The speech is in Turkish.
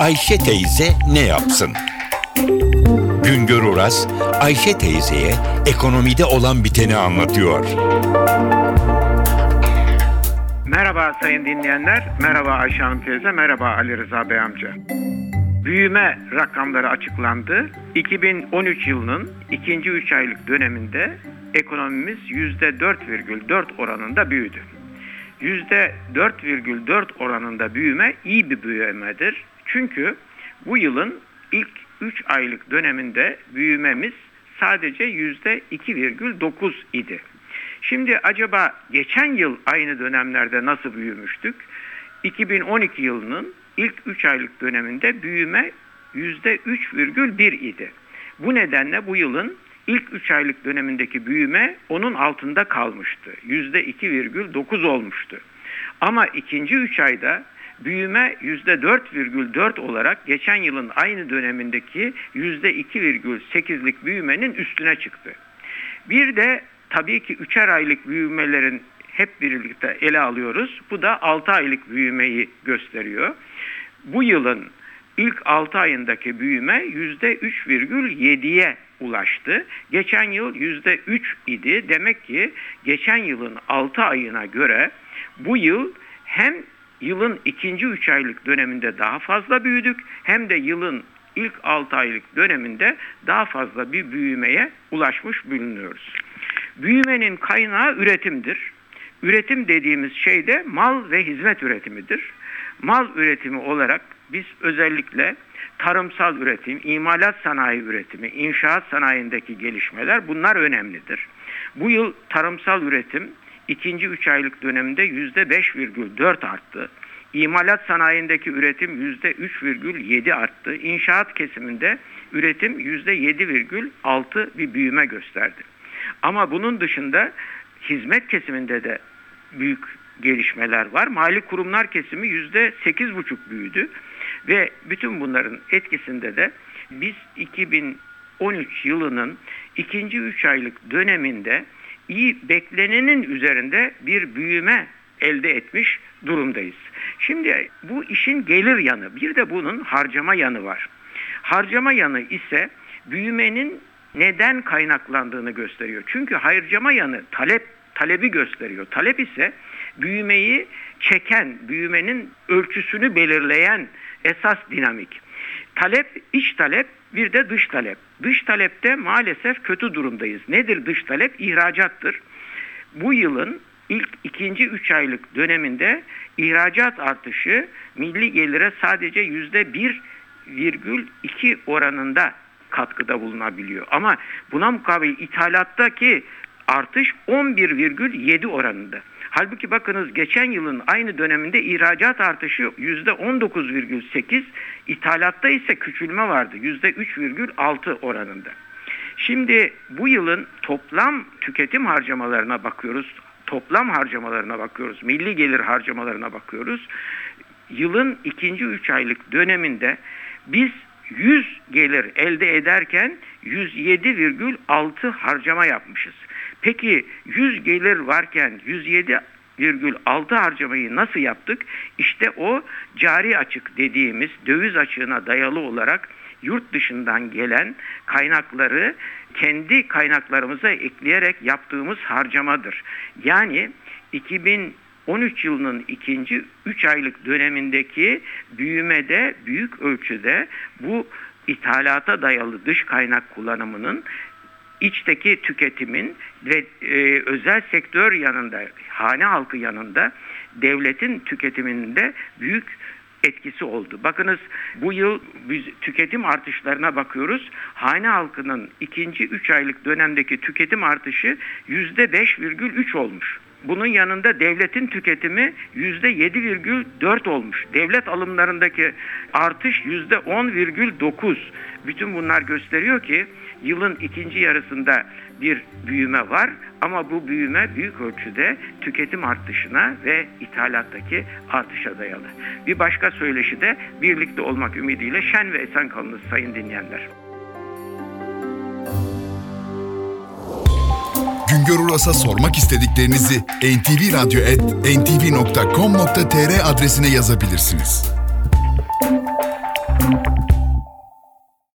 Ayşe teyze ne yapsın? Güngör Oras, Ayşe teyzeye ekonomide olan biteni anlatıyor. Merhaba sayın dinleyenler, merhaba Ayşe Hanım teyze, merhaba Ali Rıza Bey amca. Büyüme rakamları açıklandı. 2013 yılının ikinci 3 aylık döneminde ekonomimiz %4,4 oranında büyüdü. %4,4 oranında büyüme iyi bir büyümedir. Çünkü bu yılın ilk 3 aylık döneminde büyümemiz sadece %2,9 idi. Şimdi acaba geçen yıl aynı dönemlerde nasıl büyümüştük? 2012 yılının ilk 3 aylık döneminde büyüme %3,1 idi. Bu nedenle bu yılın ilk 3 aylık dönemindeki büyüme onun altında kalmıştı. %2,9 olmuştu. Ama ikinci 3 ayda büyüme %4,4 olarak geçen yılın aynı dönemindeki %2,8'lik büyümenin üstüne çıktı. Bir de tabii ki 3'er aylık büyümelerin hep birlikte ele alıyoruz. Bu da 6 aylık büyümeyi gösteriyor. Bu yılın ilk 6 ayındaki büyüme %3,7'ye ulaştı. Geçen yıl %3 idi. Demek ki geçen yılın 6 ayına göre bu yıl hem yılın ikinci 3 aylık döneminde daha fazla büyüdük hem de yılın ilk 6 aylık döneminde daha fazla bir büyümeye ulaşmış bulunuyoruz. Büyümenin kaynağı üretimdir. Üretim dediğimiz şey de mal ve hizmet üretimidir. Mal üretimi olarak biz özellikle tarımsal üretim, imalat sanayi üretimi, inşaat sanayindeki gelişmeler bunlar önemlidir. Bu yıl tarımsal üretim ikinci 3 aylık döneminde %5,4 arttı. İmalat sanayindeki üretim %3,7 arttı. İnşaat kesiminde üretim %7,6 bir büyüme gösterdi. Ama bunun dışında hizmet kesiminde de büyük gelişmeler var. Mali kurumlar kesimi %8,5 büyüdü ve bütün bunların etkisinde de biz 2013 yılının ikinci 3 aylık döneminde iyi beklenenin üzerinde bir büyüme elde etmiş durumdayız. Şimdi bu işin gelir yanı, bir de bunun harcama yanı var. Harcama yanı ise büyümenin neden kaynaklandığını gösteriyor. Çünkü harcama yanı talebi gösteriyor. Talep ise büyümeyi çeken, büyümenin ölçüsünü belirleyen esas dinamik. Talep, iç talep, bir de dış talep. Dış talepte maalesef kötü durumdayız. Nedir dış talep? İhracattır. Bu yılın ilk ikinci 3 aylık döneminde ihracat artışı milli gelire sadece %1,2 oranında katkıda bulunabiliyor. Ama buna mukabil ithalattaki artış 11,7 oranında. Halbuki bakınız geçen yılın aynı döneminde ihracat artışı %19,8, ithalatta ise küçülme vardı %3,6 oranında. Şimdi bu yılın toplam tüketim harcamalarına bakıyoruz. Toplam harcamalarına bakıyoruz. Milli gelir harcamalarına bakıyoruz. Yılın ikinci 3 aylık döneminde biz 100 gelir elde ederken 107,6 harcama yapmışız. Peki 100 gelir varken 107,6 harcamayı nasıl yaptık? İşte o cari açık dediğimiz döviz açığına dayalı olarak yurt dışından gelen kaynakları kendi kaynaklarımıza ekleyerek yaptığımız harcamadır. Yani 2013 yılının ikinci 3 aylık dönemindeki büyümede büyük ölçüde bu ithalata dayalı dış kaynak kullanımının içteki tüketimin ve özel sektör yanında, hane halkı yanında devletin tüketiminde büyük etkisi oldu. Bakınız bu yıl biz tüketim artışlarına bakıyoruz. Hane halkının ikinci 3 aylık dönemdeki tüketim artışı %5,3 olmuş. Bunun yanında devletin tüketimi %7,4 olmuş. Devlet alımlarındaki artış %10,9. Bütün bunlar gösteriyor ki yılın ikinci yarısında bir büyüme var ama bu büyüme büyük ölçüde tüketim artışına ve ithalattaki artışa dayalı. Bir başka söyleşi de birlikte olmak ümidiyle şen ve esen kalınız sayın dinleyenler. Güngör Uras'a sormak istediklerinizi ntvradio@ntv.com.tr adresine yazabilirsiniz.